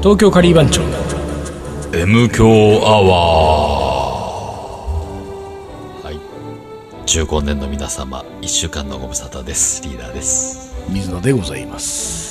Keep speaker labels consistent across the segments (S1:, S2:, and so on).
S1: 東京カリー番長
S2: M 強アワー。はい、中高年の皆様、1週間のご無沙汰です。リーダーです。
S1: 水野でございます。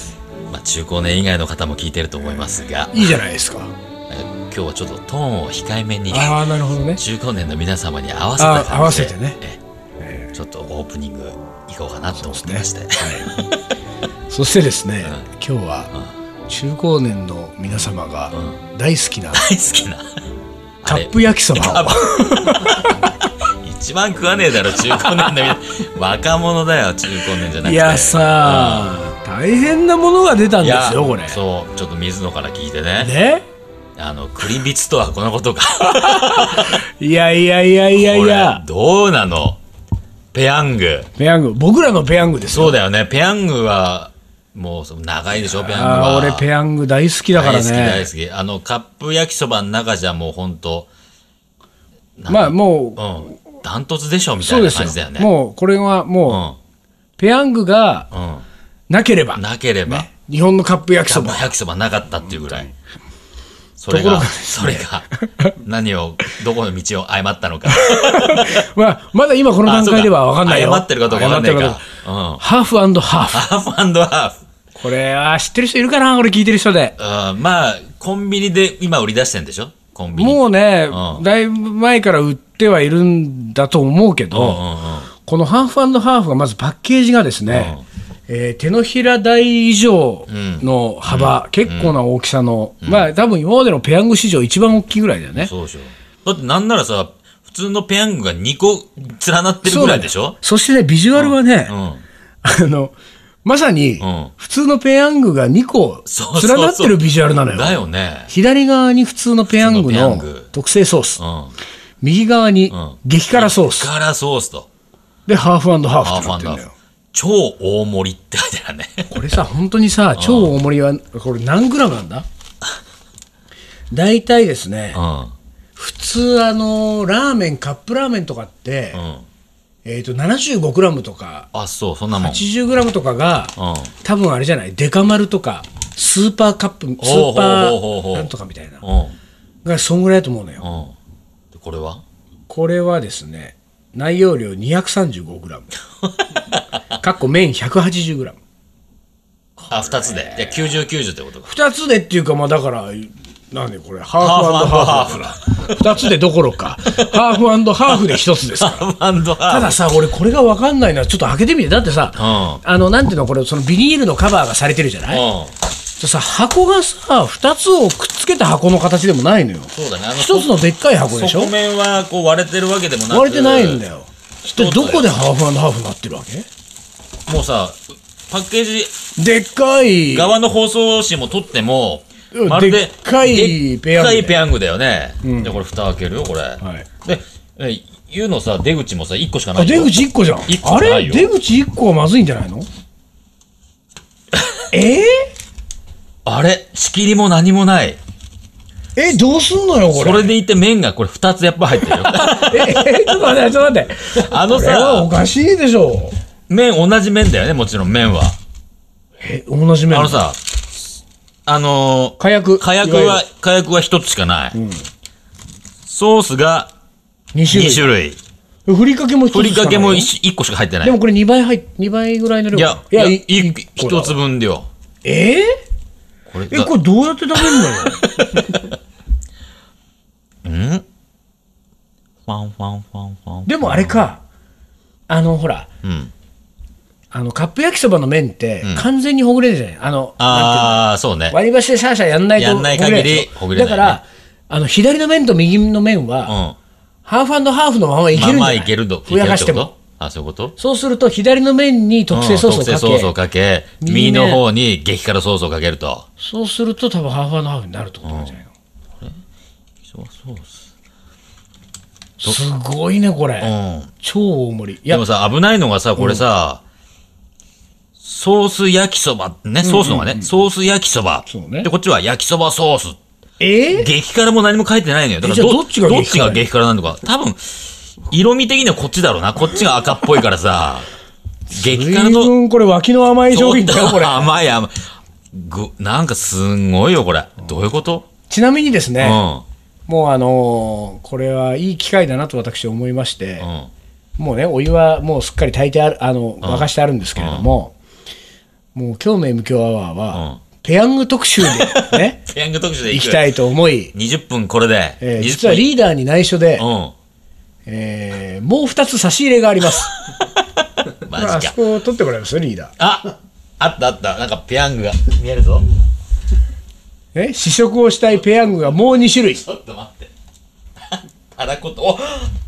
S2: 中高年以外の方も聞いてると思いますが、
S1: いいじゃないですか。
S2: 今日はちょっとトーンを控えめに、
S1: なるほどね、
S2: 中高年の皆様に合わせた感じで、
S1: 合わせてね、
S2: ちょっとオープニングいこうかなと思ってまして、
S1: そしてですね、今日は中高年の皆様が大好きなカップ焼きそばを
S2: 一番食わねえだろ中高年の皆若者だよ、中高年じゃなくて。
S1: いやさ、大変なものが出たんですよこれ。
S2: そうちょっと水野から聞いてね、クリビツとはこのことか
S1: いや
S2: どうなの。ペヤング、
S1: 僕らのペヤングですよ。
S2: そうだよね。ペヤングはもう長いでしょ。ペヤングは
S1: 俺ペヤング大好きだからね。
S2: 大好き。カップ焼きそばの中じゃもう本当
S1: も
S2: うダントツでしょみたいな感じだよね。
S1: もうこれはもう、ペヤングがなければ、ね、日本のカップ焼きそば
S2: なかったっていうぐらい。それが何をどこの道を誤ったのか
S1: まだ今この段階では分かんないよ。
S2: 誤ってるかどうか分かんないか。
S1: ハーフ&ハーフ。これは知ってる人いるかな、俺聞いてる人で。
S2: コンビニで今売り出してんでしょ。コンビニ
S1: もうね、だいぶ前から売ってはいるんだと思うけど、このハーフ&ハーフがまずパッケージがですね、手のひら大以上の幅、結構な大きさの、多分今までのペヤング史上一番大きいぐらいだよね。
S2: そうでしょ。だってなんならさ、普通のペヤングが2個連なってるぐらいでしょ。
S1: そしてね、ビジュアルはね、まさに普通のペヤングが2個連なってるビジュアルなのよ。
S2: だよね。
S1: 左側に普通のペヤングの特製ソース、右側に激辛ソース、
S2: と
S1: でハーフ&ハーフってなってるんだよ。
S2: 超大盛りって書いてあるね
S1: これさ、本当にさ、超大盛りはこれ何グラムなんだ。大体ですね、普通ラーメン、カップラーメンとかって、75グラムとか、
S2: そんなもん
S1: 80グラムとかが、多分あれじゃない、デカ丸とかスーパーカップ、スーパーなんとかみたいながそんぐらいだと思うのよ。これはですね、内容量235グラムかっこ麺180グラム。
S2: 2つで。いや、90、90ってことか。
S1: 2つでっていうか、だから、なんでこれ、ハーフ&ハーフだ。2つでどころか、ハーフ&ハーフで1つですから。たださ、俺これが分かんないのは、ちょっと開けてみて。だってさ、なんていうの、これ、そのビニールのカバーがされてるじゃない。さ、箱がさ、2つをくっつけた箱の形でもないのよ。
S2: そうだね。
S1: 1つのでっかい箱でしょ。
S2: 側面はこう割れてるわけでもなく、
S1: 割れてないんだよ。で、どこでハーフ&ハーフになってるわけ。も
S2: うさ、パッケージ
S1: でっかい
S2: 側の包装紙も取っても、まるで
S1: でっかいペ
S2: ヤングだよね。で、これ蓋開けるよ、これ。で、言うのさ、出口もさ、1個しかない。
S1: 出口1個じゃん。あれ、出口1個はまずいんじゃないの。
S2: あれ、仕切りも何もない。
S1: どうすんのよこれ。
S2: それでいて麺がこれ2つやっぱ入ってるよ
S1: ちょっと待って。これはおかしいでしょ。
S2: 麺同じ麺だよね、もちろん麺は。
S1: 同じ麺。
S2: さ、
S1: 火薬は
S2: 1つしかない。ソースが2種類。
S1: ふりかけも1つしかない。
S2: ふりかけも1個しか入ってない。
S1: でもこれ2倍ぐらいの量。
S2: いや、1つ分だよ。これ
S1: どうやって食べるのよ。でもあれか、ほら、カップ焼きそばの麺って完全にほぐれるじゃない。
S2: そうね。
S1: 割り箸でシャーシャーやんないとほぐれないでしょ。だから左の麺と右の麺はハーフ&ハーフのままいけるんじゃない。ふやかしても。
S2: そういうこと。
S1: そうすると左の麺に特製ソースをかけ、
S2: 右の方に激辛ソースをかけると。
S1: そうすると多分ハーフ&ハーフになるってことなんじゃないの。すごいねこれ。超大盛り。
S2: でもさ、危ないのがさ、これさ、ソース焼きそばね、ソースのがね、ソース焼きそば。で、こっちは焼きそばソース。激辛も何も書いてないのよ。だからどっちが激辛なのか。多分、色味的にはこっちだろうな。こっちが赤っぽいからさ。激辛の。
S1: これ脇の甘い商品だよ、これ。
S2: 甘い。 なんかすんごいよ、これ。どういうこと？
S1: ちなみにですね、もうこれはいい機会だなと私思いまして、もうね、お湯はもうすっかり炊いてある、沸かしてあるんですけれども、もう今日の M 強アワーは、ペヤング特集でね、
S2: ペヤング特集で
S1: 行きたいと思い、
S2: 20分これで、
S1: 実はリーダーに内緒で、もう2つ差し入れがあります。
S2: マジか。
S1: あそこを取ってもらいますよ、リーダー。
S2: あった。なんかペヤングが見えるぞ。
S1: 試食をしたいペヤングがもう2種類。
S2: ちょっと待って。たらこと、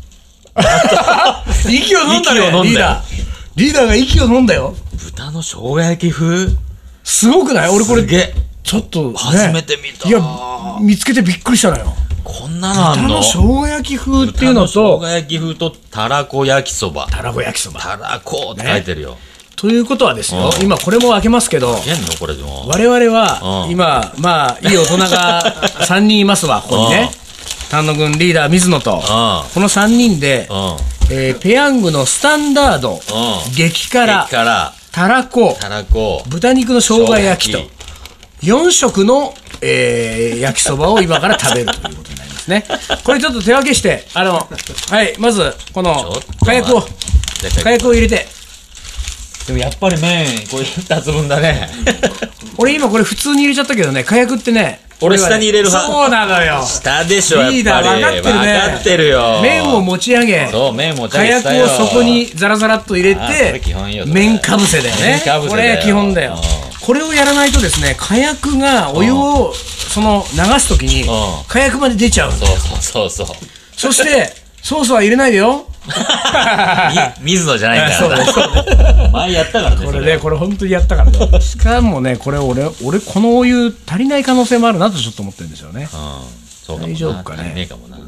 S1: 息を飲んだね、リーダー。リーダーが息を飲んだよ。
S2: 豚の生姜焼き風？
S1: すごくない？俺これ、ちょっと、
S2: 初めて見た。
S1: いや、見つけてびっくりしたのよ。
S2: こんなのあんの？
S1: 豚の生姜焼き風っていうのと、
S2: 豚の生姜焼き風とたらこ焼きそば。
S1: たらこ焼きそば。
S2: たらこって書いてるよ。
S1: ということはですよ、今これも開けますけど、
S2: これでも
S1: 我々は今、まあいい大人が3人いますわ、ここにね。丹野君、リーダー水野と、この3人で、ペヤングのスタンダード、激辛、たらこ、豚肉の生姜焼きと、4色の、焼きそばを今から食べるということになりますね。これちょっと手分けして、はい、まず、この火薬を入れて。
S2: でもやっぱり麺、これ2つ分だね。
S1: 俺今これ普通に入れちゃったけどね、火薬ってね、
S2: 俺下に入れる派。
S1: そうなのよ。
S2: 下でしょ、やっぱり。
S1: リーダー分かってるね。
S2: 分かってるよ。
S1: 麺を持ち上げ、火薬をそこにザラザラっと入れて、麺かぶせだよね。これ基本だよ。これをやらないとですね、火薬がお湯を流すときに火薬まで出ちゃう。
S2: そう。
S1: そしてソースは入れないでよ。
S2: 水野じゃないんだから。前やったからね。
S1: これ本当にやったからね。しかもね、これ俺このお湯足りない可能性もあるなとちょっと思ってるんですよね。大丈夫かね。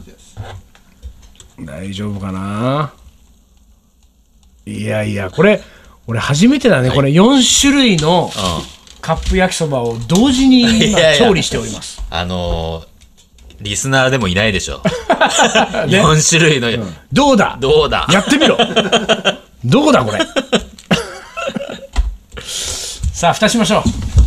S1: 大丈夫かな。いやこれ俺初めてだね。これ4種類のカップ焼きそばを同時に今調理しております。
S2: リスナーでもいないでしょ。4種類の。
S1: どうだやってみろ。どこだこれ。さあ蓋しましょう。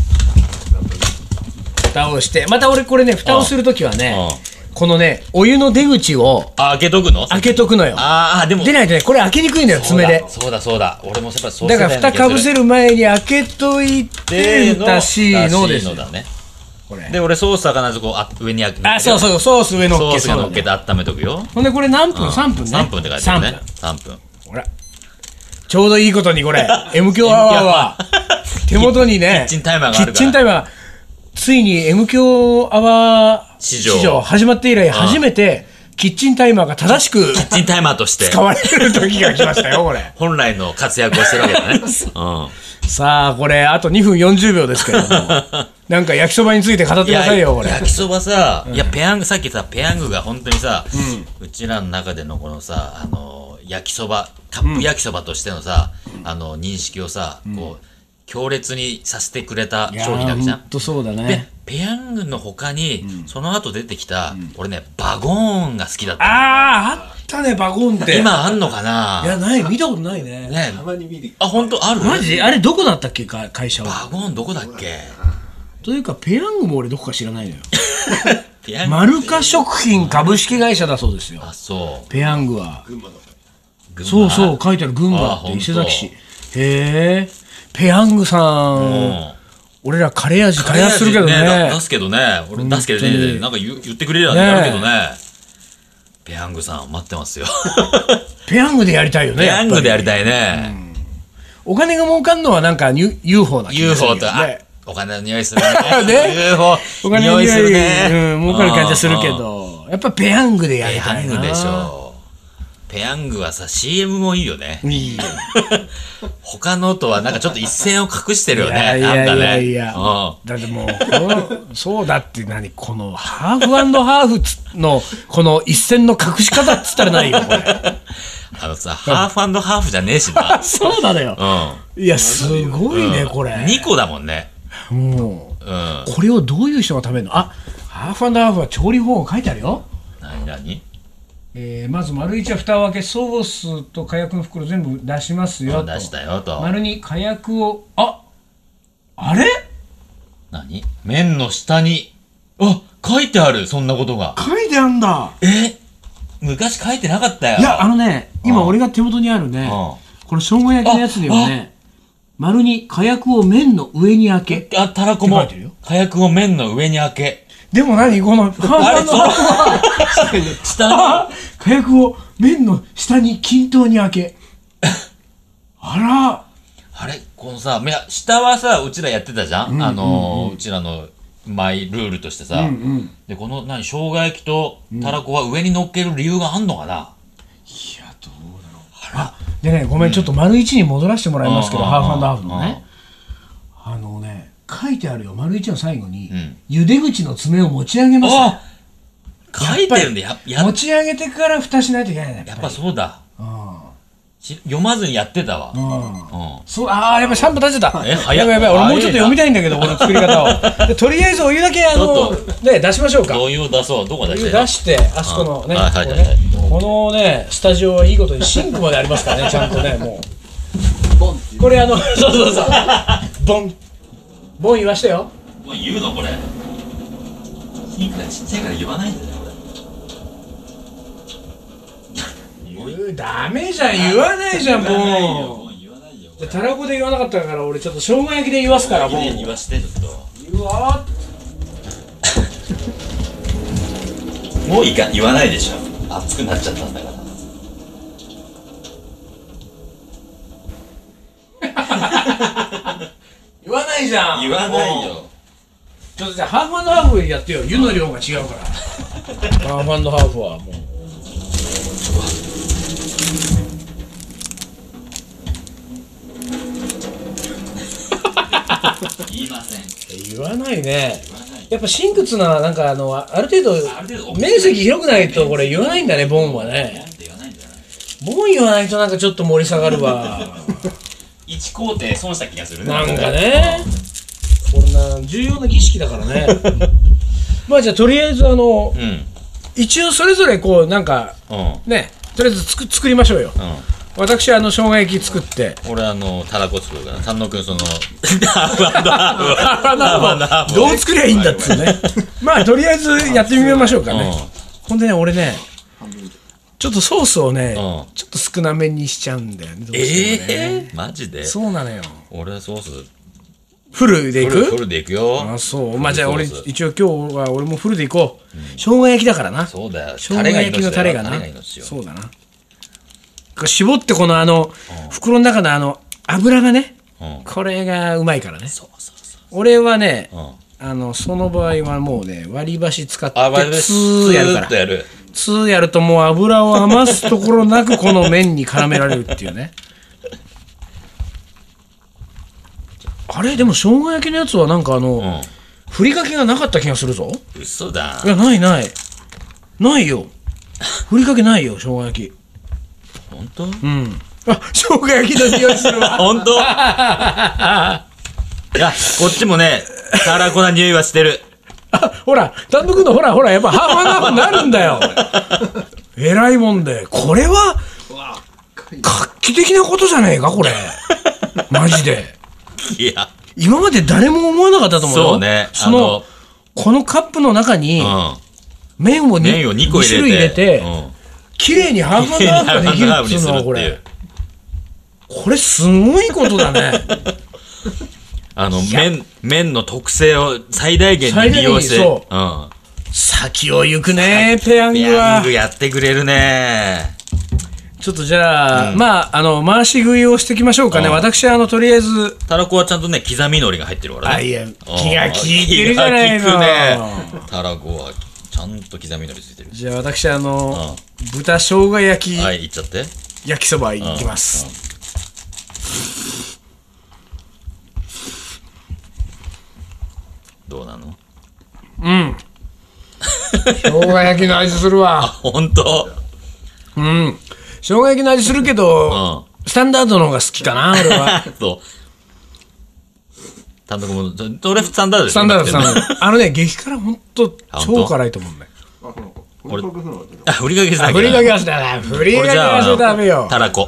S1: 蓋をして、また俺これね、蓋をするときはね、このね、お湯の出口を
S2: 開けとくの？
S1: 開けとくのよ。
S2: でも
S1: 出ないとね、これ開けにくいのよ、爪で。
S2: そうだ。俺もやっぱそう
S1: だから蓋かぶせる前に開けといて、蓋しのですよ。
S2: で、俺ソースは必ずこう上に開け
S1: そう、ソース上のっけ。
S2: ソース乗っけて温めとくよ。
S1: ほんでこれ何分？3分ね。
S2: 3分って書いてあるね。3分。
S1: ほら。ちょうどいいことにこれ、M 強アワーは、手元にね、
S2: キッチンタイマーがあるから。
S1: キッチンタイマー、ついに M 強アワー史上始まって以来初めて、キッチンタイマーが正しく、
S2: キッチンタイマーとして
S1: 使われる時が来ましたよ、これ。
S2: 本来の活躍をしてるわけだね。
S1: さあ、これ、あと2分40秒ですけれども、なんか焼きそばについて語ってくださいよ、これ。
S2: 焼きそばさ、ペヤング、さっきさ、ペヤングが本当にさ、うちらの中でのこのさ、焼きそば、カップ焼きそばとしてのさ、認識をさ、こう、強烈にさせてくれた商品だけじゃん。
S1: ほんとそうだね。
S2: ペヤングの他に、その後出てきた、俺ね、バゴーンが好きだった。
S1: あったね、バゴーンって。
S2: 今あんのかな？
S1: いや、ない、見たことないね。
S2: たまに見る。本当ある？
S1: マジ？あれどこだったっけ、会社は。
S2: バゴーンどこだっけ？
S1: というか、ペヤングも俺どこか知らないのよ。マルカ食品株式会社だそうですよ。ペヤングは。そう、書いてある、群馬って伊勢崎市。へえ。ペヤングさん、俺らカレー味開発するけどね。
S2: 出すけどね。俺出すけどね。なんか言ってくれるやん。あるけどね。ペヤングさん待ってますよ。
S1: ペヤングでやりたいよね。
S2: ペヤングでやりたいね。
S1: お金が儲かんのはなんか UFO な気がする。
S2: UFO と、お金の匂いするね。UFO、
S1: お金の匂いするね。儲かる感じはするけど、やっぱペヤングでやりたいな。
S2: ペヤングでしょ。ペヤングはさ、CM もいいよね。
S1: いいよ。
S2: 他のとはなんかちょっと一線を隠してるよね。
S1: いや。だってもう、そうだってこのハーフ&ハーフのこの一線の隠し方っつったらないよ、これ。
S2: ハーフ&ハーフじゃねえしな。
S1: そうなのよ。いや、すごいね、これ。
S2: 2個だもんね。
S1: もう、これをどういう人が食べるの？ハーフ&ハーフは調理法書いてあるよ。
S2: 何？
S1: まず丸1は蓋を開け、ソースと火薬の袋全部出しますよと。
S2: 出したよと。
S1: 丸2、火薬を、あれ
S2: 麺の下に、書いてある、そんなことが。
S1: 書いてあんだ。
S2: 昔書いてなかったよ。
S1: いや、今俺が手元にあるね、この生姜焼きのやつではね、丸に火薬を麺の上に開け。
S2: たらこも、火薬を麺の上に開け。
S1: でも何この、下に、火薬を麺の下に均等に開け。あら。
S2: あれこのさ、下はさ、うちらやってたじゃん、うちらのマイルールとしてさ。で、この生姜焼きとたらこは上に乗っける理由があんのかな。い
S1: や、どうだろう。でね、ごめん、ちょっと丸一に戻らせてもらいますけど、ハーフ&ハーフのね。書いてあるよ、丸一の最後に、茹で口の爪を持ち上げます。
S2: 書いてるんだ。
S1: 持ち上げてから蓋しないといけないね。
S2: やっぱそうだ。読まずにやってたわ。
S1: そう、やっぱり3分経っちゃった。やばい、俺もうちょっと読みたいんだけど、この作り方を。とりあえずお湯だけ出しましょうか。
S2: お湯を出そう。どこ出して
S1: 出して、あそこのね、このね、スタジオはいいことにシンクまでありますからね、ちゃんとね、もう。これそう。ボン言わしてよ。
S2: もう言うのこれ。シンクがちっちゃいから言わないんだよ。
S1: ダメじゃん、言わないじゃん、もう。たらこで言わなかったから俺ちょっと生姜焼きで言わすから、もう
S2: 言わしてちょっと
S1: 言わ
S2: もう言わないでしょ、熱くなっちゃったんだから
S1: 言わないじゃん。
S2: 言わないよ。
S1: ちょっとじゃあハーフ&ハーフやってよ。湯の量が違うからハーフ&ハーフはもう
S2: 言いません。
S1: 言わないね。やっぱ真空ななんかある程度面積広くないとこれ言わないんだね、ボンはね。ボン言わないとなんかちょっと盛り下がるわ
S2: 1工程損した気がするね。
S1: なんかね、これ重要な儀式だからねまあじゃあとりあえず一応それぞれこうなんかね、とりあえず作りましょうよ。私生姜焼き作って、
S2: 俺たらこ作るから、丹野くんその
S1: どう作りゃいいんだっつうねまあとりあえずやってみましょうかね。ほんでね、俺ねちょっとソースをねちょっと少なめにしちゃうんだよね、どうしてもね。
S2: マジで？
S1: そうなのよ。
S2: 俺ソース
S1: フルでいく？
S2: フルでいくよ。
S1: あ、そう。まあじゃあ俺一応今日は俺もフルでいこう。生姜焼きだからな。
S2: そうだよ。
S1: 生姜焼きのタレがな。そうだな。絞ってこの袋の中の油がね、これがうまいからね。俺はね、その場合はもうね、割り箸使ってツーやるから。ツーやるともう油を余すところなくこの麺に絡められるっていうね。あれでも生姜焼きのやつはなんかふりかけがなかった気がするぞ。
S2: 嘘だ。
S1: いや、ないよ。ふりかけないよ、生姜焼き。
S2: 本当？
S1: 生姜焼きの匂いするわ
S2: 本当？いや、こっちもね、たらこな匂いはしてる。
S1: ほら、単独のほら、やっぱハーフ&ハーフになるんだよ偉いもんで。これは画期的なことじゃねえか、これマジで。
S2: いや、
S1: 今まで誰も思わなかったと思うよ。
S2: そうね。
S1: このカップの中に麺を2個入れて綺麗にハーフ&ハーフができるっていうのはこれすごいことだね
S2: 麺の特性を最大限に利用して、
S1: 先を行くね、ペヤングは。
S2: ペヤングやってくれるね。
S1: ちょっとじゃあ、まあ、回し食いをしていきましょうかね。私、とりあえず。
S2: たらこはちゃんとね、刻み海苔が入ってるからね。
S1: いや、気が利いてるじゃないの。
S2: たらこはちゃんと刻み海苔ついてる。
S1: じゃあ、私、豚生姜焼き。
S2: はい、いっちゃって。
S1: 焼きそばいきます。
S2: どうなの？
S1: 生姜焼きの味するわ。
S2: ほんと？
S1: 生姜焼きの味するけど、スタンダードの方が好きかな、俺は。
S2: そう。単独も、俺スタンダードです
S1: よ。スタンダード。激辛ほんと超辛いと思うんだよ。
S2: ふりかけする。
S1: ふりかけはしたな。ふりかけはしてダメよ。
S2: たらこ。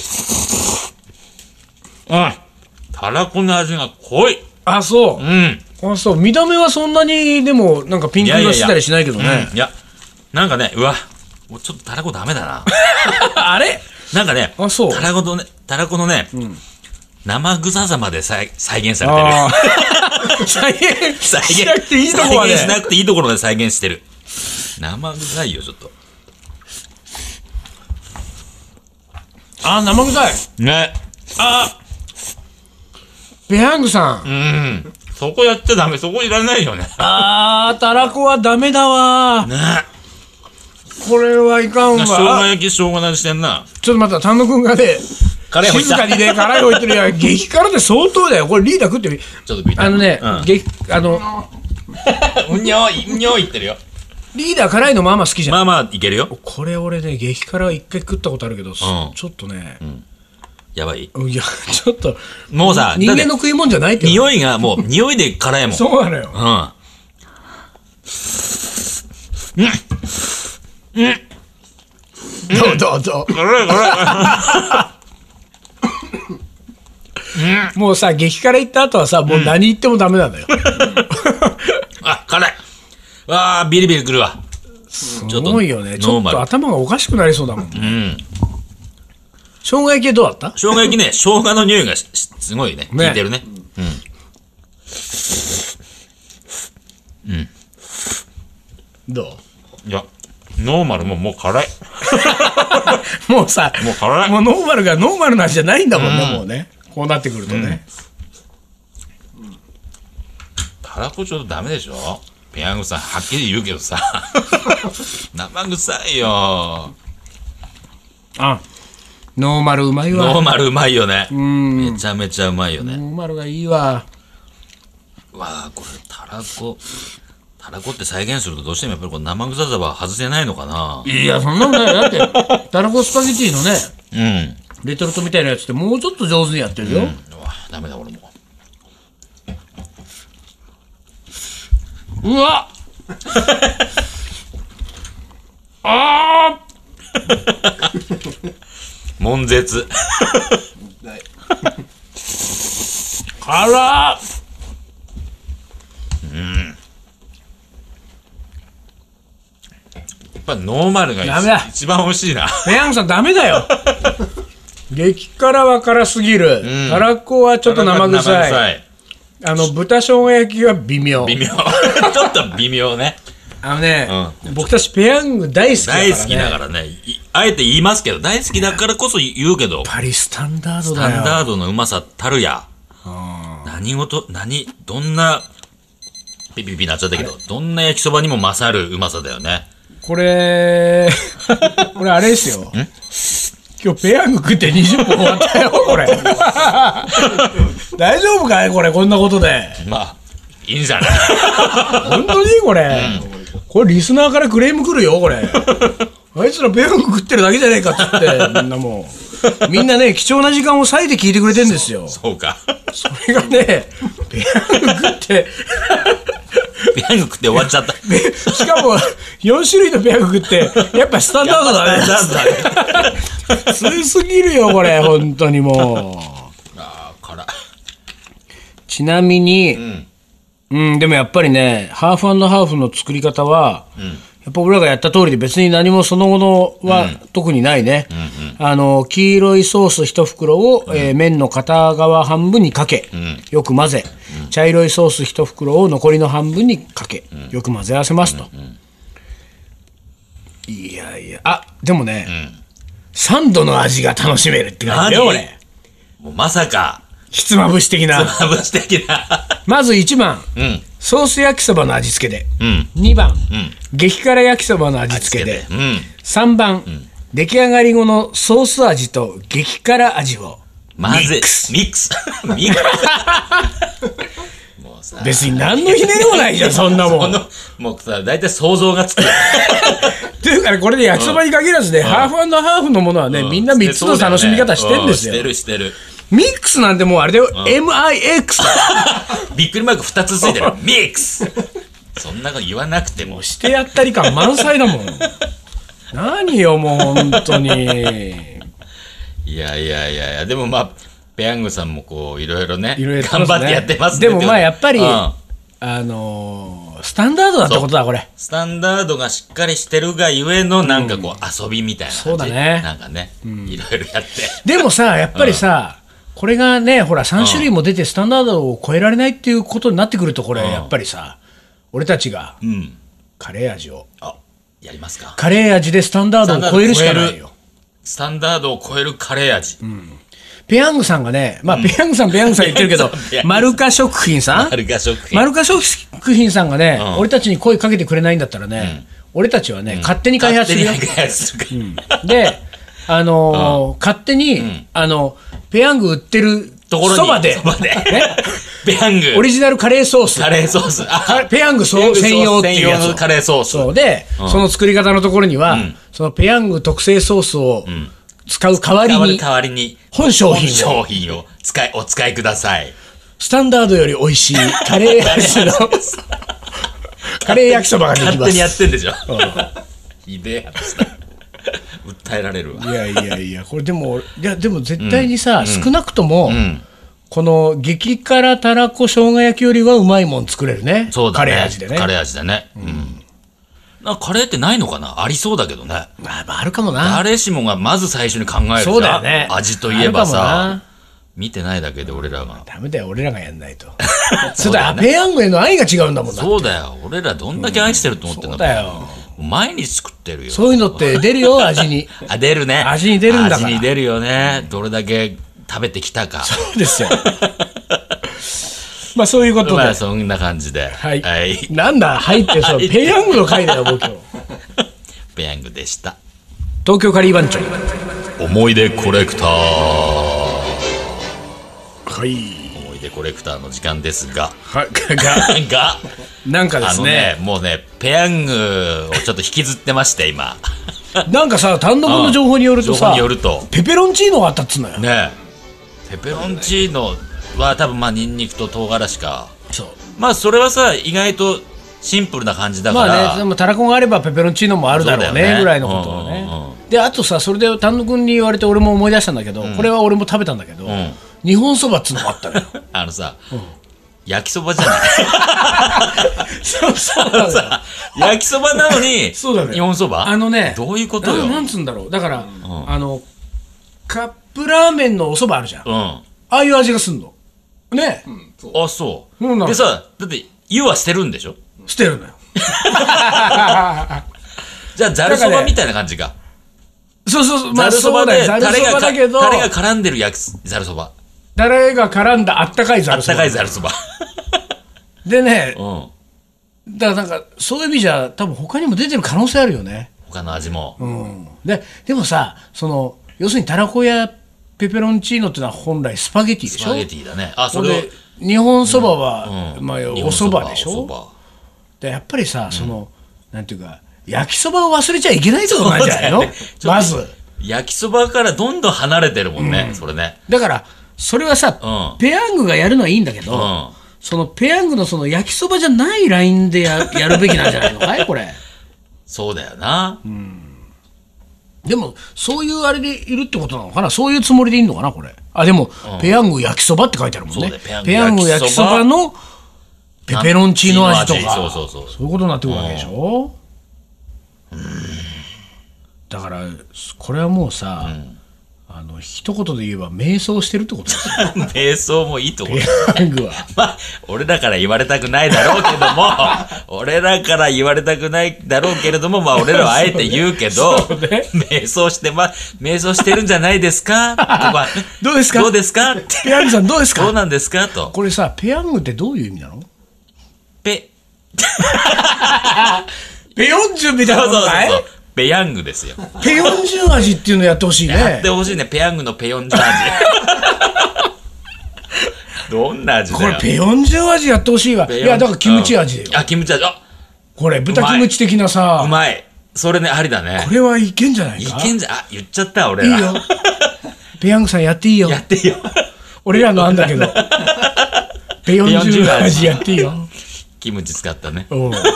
S2: たらこの味が濃い。
S1: あ、そう。 あ、そう。見た目はそんなに、でも、なんかピンク色してたりしないけどね。
S2: いや、なんかね、うわ、もうちょっとたらこダメだな。
S1: あれ
S2: なんかね、
S1: あ、そう。
S2: たらこのね、生臭さまで再現されてる。再現しなくていいところまで。再現しなくていいところまで再現してる。生臭いよ、ちょっと。
S1: あ、生臭い。
S2: ね。
S1: あ、ペヤングさ
S2: ん。そこやっちゃダメ。そこいらないよね。
S1: たらこはダメだわ。
S2: ね。
S1: これはいかんわ。
S2: 生姜焼き生姜味してんな。
S1: ちょっと待った、丹野くんがね、静かにね、辛い置いてるやん。激辛って相当だよ。これリーダー食ってみ。ちょっと食いたい。
S2: うにょいってるよ。
S1: リーダー辛いのまあまあ好きじゃん。
S2: まあまあいけるよ。
S1: これ俺ね、激辛一回食ったことあるけど、ちょっとね、
S2: やばい。
S1: いや、ちょっと、
S2: もうさ、
S1: 人間の食い物じゃないって。
S2: 匂いがもう、匂いで辛いもん。
S1: そうなのよ。どうもうさ、激辛行った後はさ、もう何言ってもダメなんだよ。
S2: あ、辛い。わあ、ビリビリくるわ。
S1: すごいよね。ちょっと頭がおかしくなりそうだもん。生姜焼きはどうだった？
S2: 生姜焼きね、生姜の匂いがすごいね。効いてるね。
S1: ど
S2: う？いや、ノーマルもう辛い。
S1: もうさ、
S2: もう辛い。
S1: もうノーマルがノーマルな味じゃないんだもんね、もうね。こうなってくるとね。
S2: たらこちょっとダメでしょ？ペヤングさんはっきり言うけどさ。生臭いよ。
S1: あ、ノーマルうまいわ。
S2: ノーマルうまいよね。めちゃめちゃうまいよね。
S1: ノーマルがいいわ。
S2: わあ、これたらこって再現するとどうしてもやっぱりこの生臭さは外せないのかな。
S1: いや、そんなことない。だってたらこスパゲティのね、レトルトみたいなやつってもうちょっと上手にやってるよ。
S2: ダメだ俺も。
S1: うわあ
S2: 悶絶。
S1: 辛っ。
S2: やっぱノーマルが一番美味しいな。
S1: ペヤングさんダメだよ。激辛は辛すぎる。たらこはちょっと生臭い。豚生姜焼きは微妙。
S2: ちょっと微妙ね。
S1: 僕たちペヤング大好きだからね。
S2: 大好きだからね。あえて言いますけど、大好きだからこそ言うけど。
S1: やっぱりスタンダードだよ。
S2: スタンダードのうまさたるや。どんな、ピピピなっちゃったけど、どんな焼きそばにも勝るうまさだよね。
S1: これあれですよ。今日ペヤング食って20分終わったよ、これ。大丈夫かいこれ、こんなことで。
S2: まあ、いいんじゃない？
S1: 本当にこれ。これリスナーからクレーム来るよ、これ。あいつらペヤング食ってるだけじゃねえかっつって、みんなもう。みんなね、貴重な時間を割いて聞いてくれてんですよ。
S2: そうか。
S1: それがね、ペヤング食って、
S2: ペヤング食って終わっちゃった。
S1: しかも、4種類のペヤング食って、やっぱスタンダードだね。強すぎるよ、これ、本当にもう。
S2: 辛い。
S1: ちなみに、でもやっぱりね、ハーフ&ハーフの作り方は、やっぱ俺らがやった通りで別に何もその後のは特にないね。黄色いソース1袋を、麺の片側半分にかけ、よく混ぜ、茶色いソース1袋を残りの半分にかけ、よく混ぜ合わせますと。いやいや、でもね、3度の味が楽しめるって感じだよ、俺。
S2: もうまさか。
S1: ひつまぶし的な。
S2: ひつまぶし的な。
S1: まず1番、ソース焼きそばの味付けで。2番、激辛焼きそばの味付けで。3番、出来上がり後のソース味と激辛味をミックス。別に何のひねりもないじゃん、そんなもん。
S2: もうさ、大体想像がつく。
S1: というかこれで焼きそばに限らずね、ハーフ&ハーフのものはね、みんな3つの楽しみ方してんですよ。
S2: してる。
S1: ミックスなんてもうあれだよ、MIX だ。
S2: びっくりマーク2つついてる。ミックス。そんなこと言わなくても。
S1: してやったり感満載だもん。何よ、もう本当に。
S2: いや、でもまあ、ペヤングさんもこう、いろいろね、頑張ってやってますね。
S1: でもまあやっぱり、 スタンダードだってことだ、これ。
S2: スタンダードがしっかりしてるがゆえの、なんかこう、遊びみたいな感じ。
S1: そうだね。
S2: なんかね、いろいろやって。
S1: でもさ、やっぱりさ、これがね、ほら、3種類も出てスタンダードを超えられないっていうことになってくると、これ、やっぱりさ、俺たちが、カレー味を。
S2: やりますか。
S1: カレー味でスタンダードを超えるしかないよ。
S2: スタンダードを超えるカレー味。
S1: ペヤングさんがね、まあ、ペヤングさん言ってるけど、マルカ食品さんマルカ食品さんがね、俺たちに声かけてくれないんだったらね、俺たちはね、勝手に開発するよ。で、勝手に、ペヤング売ってるそばで、
S2: ペヤング。
S1: オリジナルカレーソース。ペヤング専用っていうやつ。
S2: カレーソース。
S1: そうで、その作り方のところには、そのペヤング特製ソースを使う代わりに、本商品を
S2: お使いください。
S1: スタンダードより美味しいカレー味のカレー焼きそばができます。
S2: 勝手にやってんでしょ。ひでえ話だ。訴えられるわ。
S1: いや、これでも絶対にさ、少なくとも、この激辛たらこ生姜焼きよりはうまいもん作れるね。
S2: そうだね。カレー味でね。カレーってないのかな、ありそうだけどね。
S1: あるかもな。
S2: 誰しもがまず最初に考えるじゃん。
S1: そうだよね。
S2: 味といえばさ、見てないだけで俺らが。
S1: ダメだよ、俺らがやんないと。そうだよ、ペヤングへの愛が違うんだもんな。
S2: そうだよ、俺らどんだけ愛してると思ってんだ。
S1: そうだよ。
S2: 毎日作ってるよ。
S1: そういうのって出るよ、味に。
S2: 出るね。
S1: 味に出るんだから。
S2: 味に出るよね。どれだけ食べてきたか。
S1: そうですよ。まあそういうことで。まあ
S2: そんな感じで。
S1: はい。なんだ、入ってそう、ペヤングの回だよ、僕。
S2: ペヤングでした。
S1: 東京カリー番長。
S2: 思い出コレクター。はい。思い出コレクターの時間ですが。
S1: なんかですね。
S2: もうね、ペヤングをちょっと引きずってまして、今。
S1: なんかさ、単独の情報によるとさ、ペペロンチーノがあったっつうのよ。
S2: ねえ。ペペロンチーノは多分ニンニクと唐辛子か。そう。まあそれはさ、意外とシンプルな感じだから。
S1: まあね、でもたらこがあればペペロンチーノもあるだろうね、ぐらいのことはね。で、あとさ、それで単独に言われて俺も思い出したんだけど、これは俺も食べたんだけど、日本そばっつうのもあったのよ。
S2: 焼きそばじゃない。
S1: そう
S2: さ、焼きそばなのに、日本そばどういうことよ。
S1: なんつうんだろう。だから、カップラーメンのおそばあるじゃん。ああいう味がすんの。ね。
S2: あ、そう。でさ、だって湯は捨てるんでしょ。
S1: 捨てるのよ。
S2: じゃあざるそばみたいな感じか。
S1: そう。
S2: ざるそばでタレが絡んでるざるそば。
S1: タレが絡んだあったかいざるそば。
S2: あったかいざるそば。
S1: でね、だからなんかそういう意味じゃ多分他にも出てる可能性あるよね。
S2: 他の味も。
S1: でもさ、要するにたらこやペペロンチーノってのは本来スパゲティでしょ。
S2: スパゲティだね。あ、それで
S1: 日本そばはおそばでしょ。でやっぱりさ、なんていうか焼きそばを忘れちゃいけないってことなんじゃないの。まず
S2: 焼きそばからどんどん離れてるもんね、それね。
S1: だからそれはさ、ペヤングがやるのはいいんだけど、そのペヤングのその焼きそばじゃないラインでやるべきなんじゃないのかいこれ。
S2: そうだよな。
S1: でもそういうあれでいるってことなのかな。そういうつもりでいいのかなこれ。でも、ペヤング焼きそばって書いてあるもんね。ペヤング焼きそばのペペロンチーノ味とか、そういうことになってくるわけでしょ。だからこれはもうさ、一言で言えば迷走してるってことですよ。
S2: 迷走もいいところ。
S1: ペヤングは
S2: まあ俺らから言われたくないだろうけどもまあ俺らはあえて言うけど、迷走してるんじゃないですか。
S1: どうですかペヤングさんどうですか。
S2: どうなんですかと。
S1: これさ、ペヤングってどういう意味なの。ペヨンジュンみたいなことかい。
S2: ペヤングですよ。
S1: ペヨンジュン味っていうのやってほしいね。
S2: やってほしいね。ペヤングのペヨンジュン味。どんな味だよ。
S1: これペヨンジュン味やってほしいわ。いやだからキムチ味だよ。
S2: キムチ味。
S1: これ豚キムチ的なさ。
S2: うまい。それね、ありだね。
S1: これはいけんじゃないか。
S2: 言っちゃった俺ら。
S1: いいよ。ペヤングさんやっていいよ。
S2: やっていいよ。
S1: 俺らの案だけど。ペヨンジュン味やっていいよ。
S2: キムチ使ったね。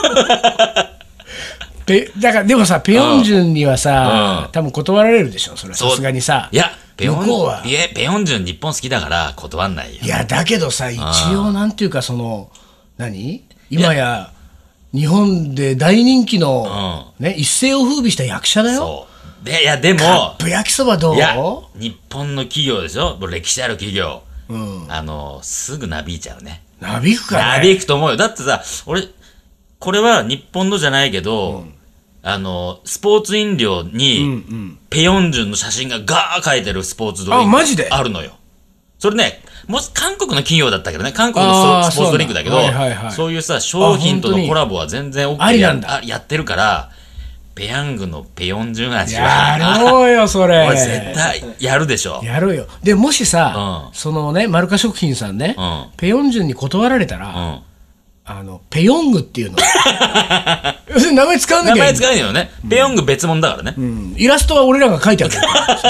S1: だからでもさ、ペヨンジュンにはさ、多分断られるでしょ。それはさすがにさ。
S2: いや、ペヨンジュン日本好きだから断んないよ。
S1: いやだけどさ、一応なんていうか何今や日本で大人気の、ね、一世を風靡した役者だよ。
S2: そうで、いやでもカ
S1: ップ焼きそばどう？
S2: いや日本の企業でしょ、歴史ある企業、すぐなびいちゃうね。
S1: なびくかね。
S2: なびくと思うよ。だってさ、俺これは日本のじゃないけど、スポーツ飲料に、ペヨンジュンの写真がガー描いてるスポーツドリンクあるのよ。それね、もし韓国の企業だったけどね、韓国のスポーツドリンクだけど、そういうさ、商品とのコラボは全然 OK やってるから、ペヤングのペヨンジュン味は。
S1: やろうよ、それ。
S2: 俺絶対やるでしょ。
S1: やろうよ。で、もしさ、そのね、マルカ食品さんね、ペヨンジュンに断られたら、ペヨングっていうの。要するに名前使わなきゃいけない。
S2: 名前使わないよね。ペヨング別物だからね。
S1: イラストは俺らが描いてあるから。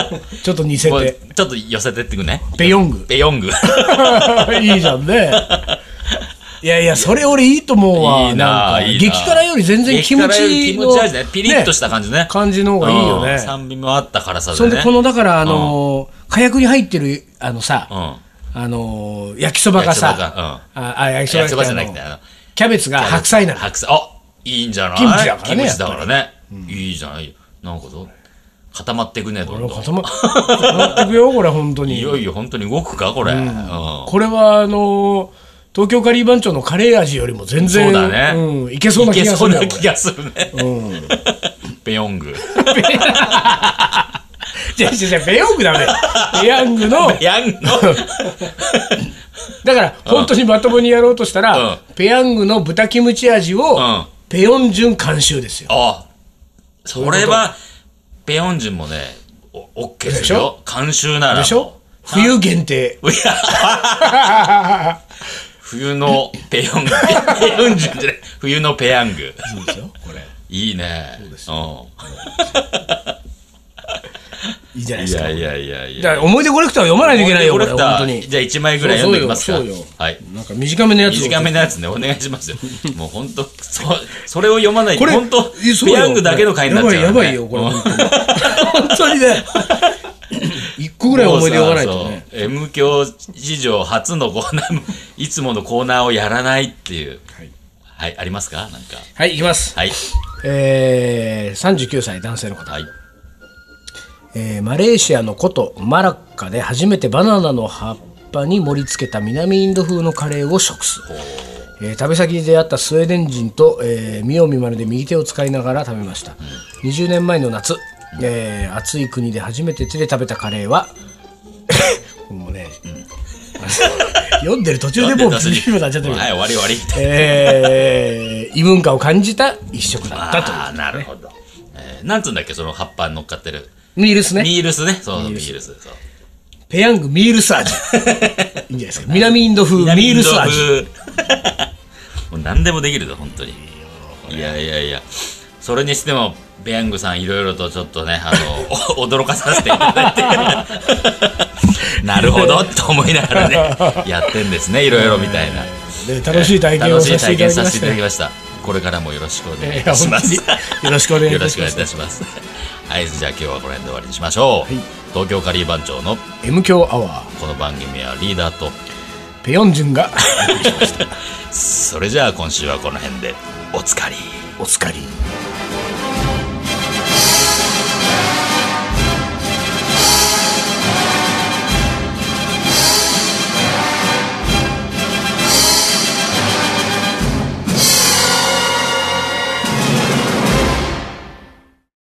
S1: ちょっと似せて。
S2: ちょっと寄せてってくね。
S1: ペヨング。
S2: ペヨング。
S1: いいじゃんね。いやいや、それ俺いいと思うわ。
S2: いいな、いいな。
S1: 激辛より全然キムチ
S2: 味ね。ピリッとした感じね。
S1: 感じの方がいいよね。
S2: 酸味もあった辛さでね。
S1: それでこの、だから、火薬に入ってる、焼きそばがさ、
S2: 焼きそばじゃなくて、
S1: キャベツが白菜なの。
S2: 白菜。あ、いいんじゃない？
S1: キムチだからね。
S2: キムチだからね。いいじゃない。なんか固まっていくね、どんどん。
S1: 固まっていくよ、これ、本当に。
S2: いよいよ本当に動くか、これ。
S1: これは、東京カリー番長のカレー味よりも全然、
S2: そうだね。
S1: いけそうな気がする。
S2: いけそうな気がするね。ペヨング。
S1: じゃあ、ペヨングだね。ペヤングの。だから、本当にまともにやろうとしたら、ペヤングの豚キムチ味を、ペヨンジュン監修ですよ。
S2: あ、それは、ペヨンジュンもね、OK ですよ。監修なら。
S1: でしょ？冬限定。
S2: 冬のペヨング。ペヨンジュンじゃない。冬のペヤング。
S1: そうですよ、これ。
S2: いいね。そうですよ。
S1: いいじゃないですか。
S2: いや。
S1: じゃあ、思い出コレクターを読まないといけないよ、これ、本当に。
S2: じゃあ、1枚ぐらい読んでみますか。
S1: そうよ。
S2: はい。
S1: なんか短めのやつ。
S2: 短めのやつね、お願いしますよ。もう本当、それを読まないと、本当、ペヤングだけの回になっちゃう。
S1: やばいよ、これ。本当にね。1個ぐらい思い出読まないとね。
S2: M 響史上初のコーナー、いつものコーナーをやらないっていう。はい、ありますか？なんか。
S1: はい、いきます。
S2: はい。
S1: 39歳男性の方。はい。マレーシアの古都マラッカで初めてバナナの葉っぱに盛り付けた南インド風のカレーを食す。食べ先で出会ったスウェーデン人と、見よう見まねで右手を使いながら食べました。20年前の夏、暑い国で初めて手で食べたカレーはもうね、読んでる途中でもうビリビリになっちゃってる。
S2: はい、終わり。
S1: 異文化を感じた一食だったという。
S2: ああ、なるほど。なんつうんだっけ、その葉っぱに乗っかってる。
S1: ミールスね。
S2: ミールスね。そう、ミールス。
S1: ペヤングミールス味。いいんじゃないですか。南インド風ミールス味。
S2: もう何でもできるぞ、本当に。いや。それにしても、ペヤングさんいろいろとちょっとね、驚かさせていただいて。なるほど、と思いながらね、やってんですね、いろいろみたいな。
S1: 楽しい体験をさせていただきました。
S2: これからもよろしくお願いいたします。
S1: よろしくお願いいたします。
S2: はい、じゃあ今日はこの辺で終わりにしましょう。東京カリー番長の
S1: M 強アワー。
S2: この番組はリーダーと
S1: ペヨンジュンがお送りしました。
S2: それじゃあ今週はこの辺でおつかり。